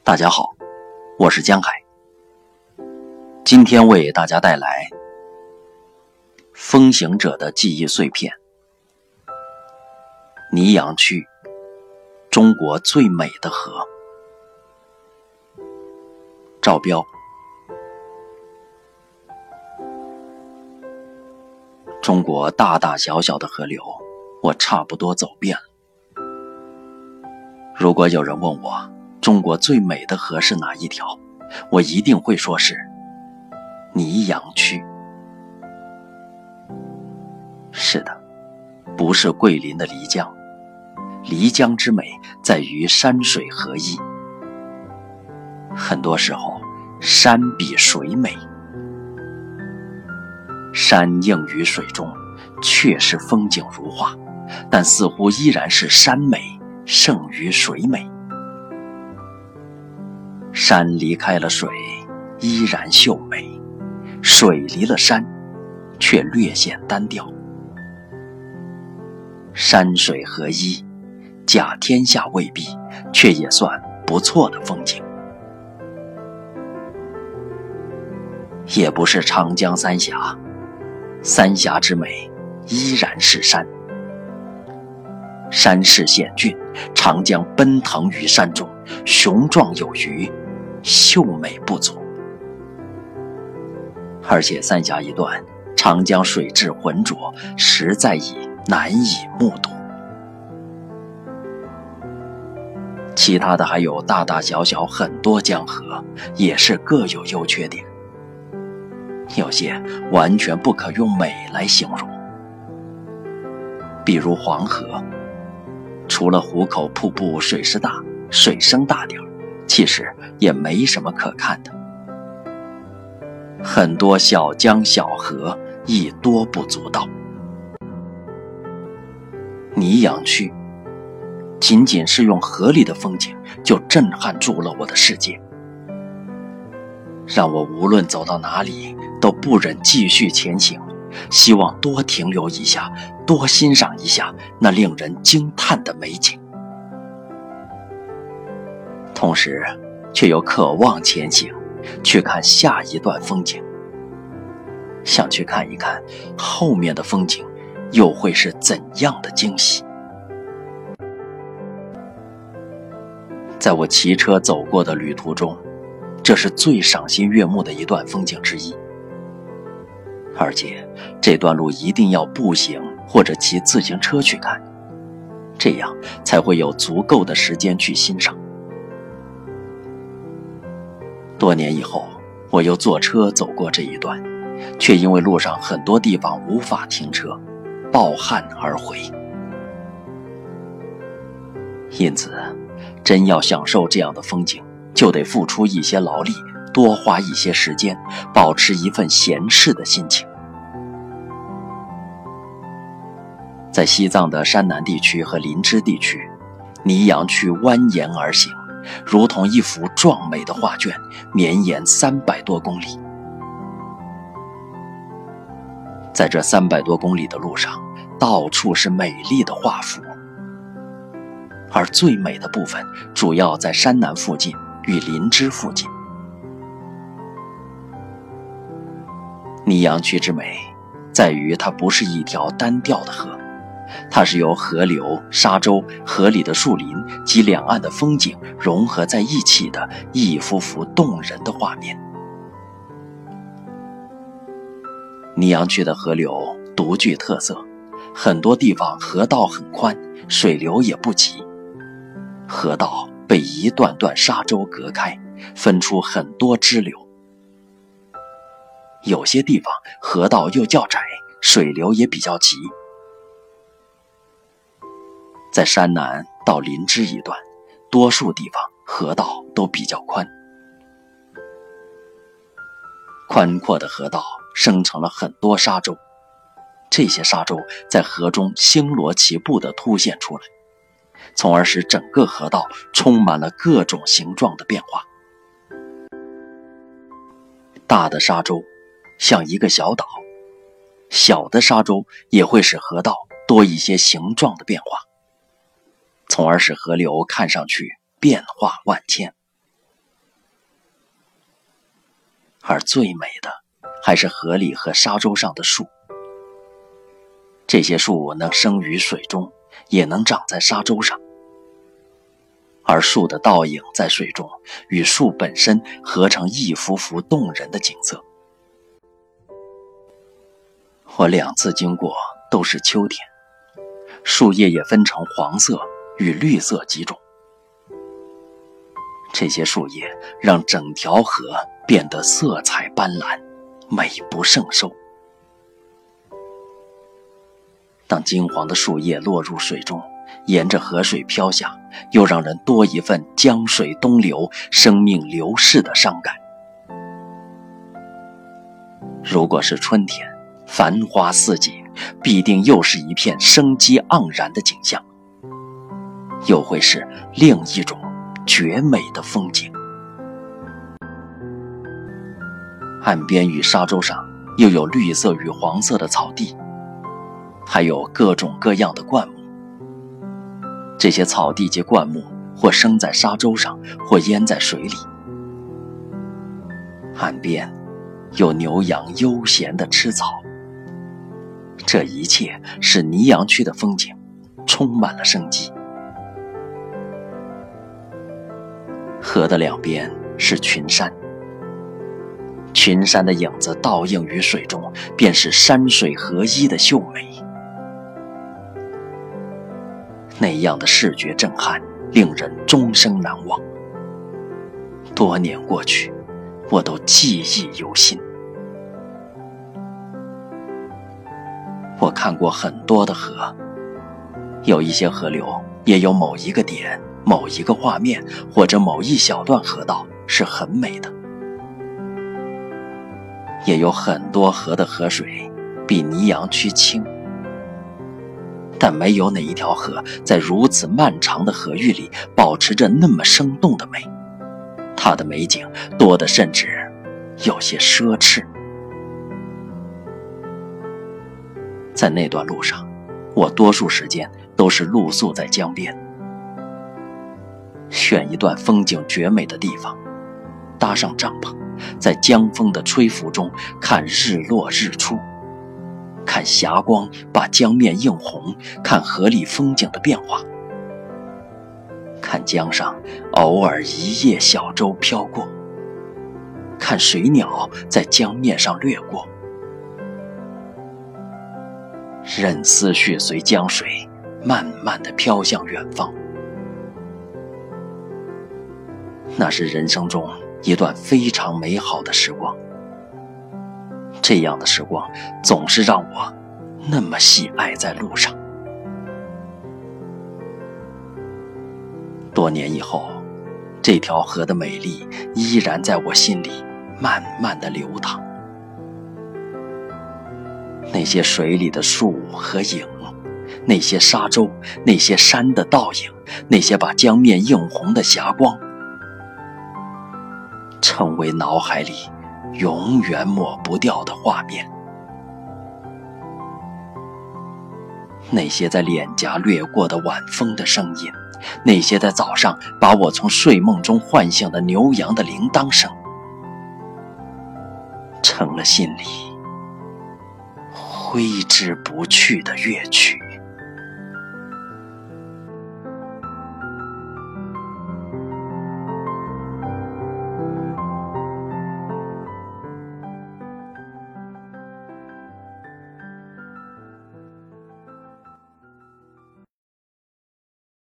大家好，我是江海。今天为大家带来风行者的记忆碎片。泥阳区，中国最美的河。赵标。中国大大小小的河流，我差不多走遍了。如果有人问我中国最美的河是哪一条，我一定会说是泥阳区。是的，不是桂林的漓江，漓江之美在于山水合一。很多时候，山比水美。山映于水中，确实风景如画，但似乎依然是山美胜于水美。山离开了水，依然秀美；水离了山，却略显单调。山水合一，甲天下未必，却也算不错的风景。也不是长江三峡，三峡之美依然是山。山势险峻，长江奔腾于山中，雄壮有余，秀美不足。而且三峡一段，长江水质浑浊，实在难以目睹。其他的还有大大小小很多江河，也是各有优缺点，有些完全不可用美来形容。比如黄河，除了壶口瀑布水势大，水声大点，其实也没什么可看的。很多小江小河亦多不足道。泥阳区，仅仅是用河里的风景就震撼住了我的世界，让我无论走到哪里都不忍继续前行，希望多停留一下，多欣赏一下那令人惊叹的美景，同时却又渴望前行，去看下一段风景，想去看一看后面的风景又会是怎样的惊喜。在我骑车走过的旅途中，这是最赏心悦目的一段风景之一，而且这段路一定要步行或者骑自行车去看，这样才会有足够的时间去欣赏。多年以后，我又坐车走过这一段，却因为路上很多地方无法停车，抱憾而回。因此，真要享受这样的风景，就得付出一些劳力，多花一些时间，保持一份闲适的心情。在西藏的山南地区和林芝地区，泥阳区蜿蜒而行，如同一幅壮美的画卷，绵延300多公里。在这300多公里的路上，到处是美丽的画幅，而最美的部分主要在山南附近与林芝附近。泥阳区之美在于它不是一条单调的河，它是由河流、沙洲、河里的树林及两岸的风景融合在一起的一幅幅动人的画面。泥阳区的河流独具特色，很多地方河道很宽，水流也不急，河道被一段段沙洲隔开，分出很多支流。有些地方河道又较窄，水流也比较急。在山南到林芝一段，多数地方河道都比较宽。宽阔的河道生成了很多沙洲，这些沙洲在河中星罗棋布地凸现出来，从而使整个河道充满了各种形状的变化。大的沙洲像一个小岛，小的沙洲也会使河道多一些形状的变化，从而使河流看上去变化万千。 而最美的还是河里和沙洲上的树。这些树能生于水中，也能长在沙洲上，而树的倒影在水中与树本身合成一幅幅动人的景色。我2次经过都是秋天，树叶也分成黄色与绿色几种。这些树叶让整条河变得色彩斑斓，美不胜收。当金黄的树叶落入水中，沿着河水飘下，又让人多一份江水东流，生命流逝的伤感。如果是春天，繁花似锦，必定又是一片生机盎然的景象，又会是另一种绝美的风景。岸边与沙洲上又有绿色与黄色的草地，还有各种各样的灌木。这些草地及灌木或生在沙洲上，或淹在水里。岸边有牛羊悠闲地吃草。这一切使泥阳区的风景充满了生机。河的两边是群山，群山的影子倒映于水中，便是山水合一的秀美。那样的视觉震撼令人终生难忘。多年过去，我都记忆犹新。我看过很多的河，有一些河流也有某一个点、某一个画面或者某一小段河道是很美的，也有很多河的河水比泥阳区清，但没有哪一条河在如此漫长的河域里保持着那么生动的美，它的美景多得甚至有些奢侈。在那段路上，我多数时间都是露宿在江边，选一段风景绝美的地方，搭上帐篷，在江风的吹拂中看日落日出，看霞光把江面映红，看河里风景的变化，看江上偶尔一叶小舟飘过，看水鸟在江面上掠过，任思绪随江水慢慢地飘向远方。那是人生中一段非常美好的时光，这样的时光总是让我那么喜爱在路上。多年以后，这条河的美丽依然在我心里慢慢地流淌。那些水里的树和影，那些沙洲，那些山的倒影，那些把江面映红的霞光，成为脑海里永远抹不掉的画面。那些在脸颊掠过的晚风的声音，那些在早上把我从睡梦中唤醒的牛羊的铃铛声，成了心里挥之不去的乐曲。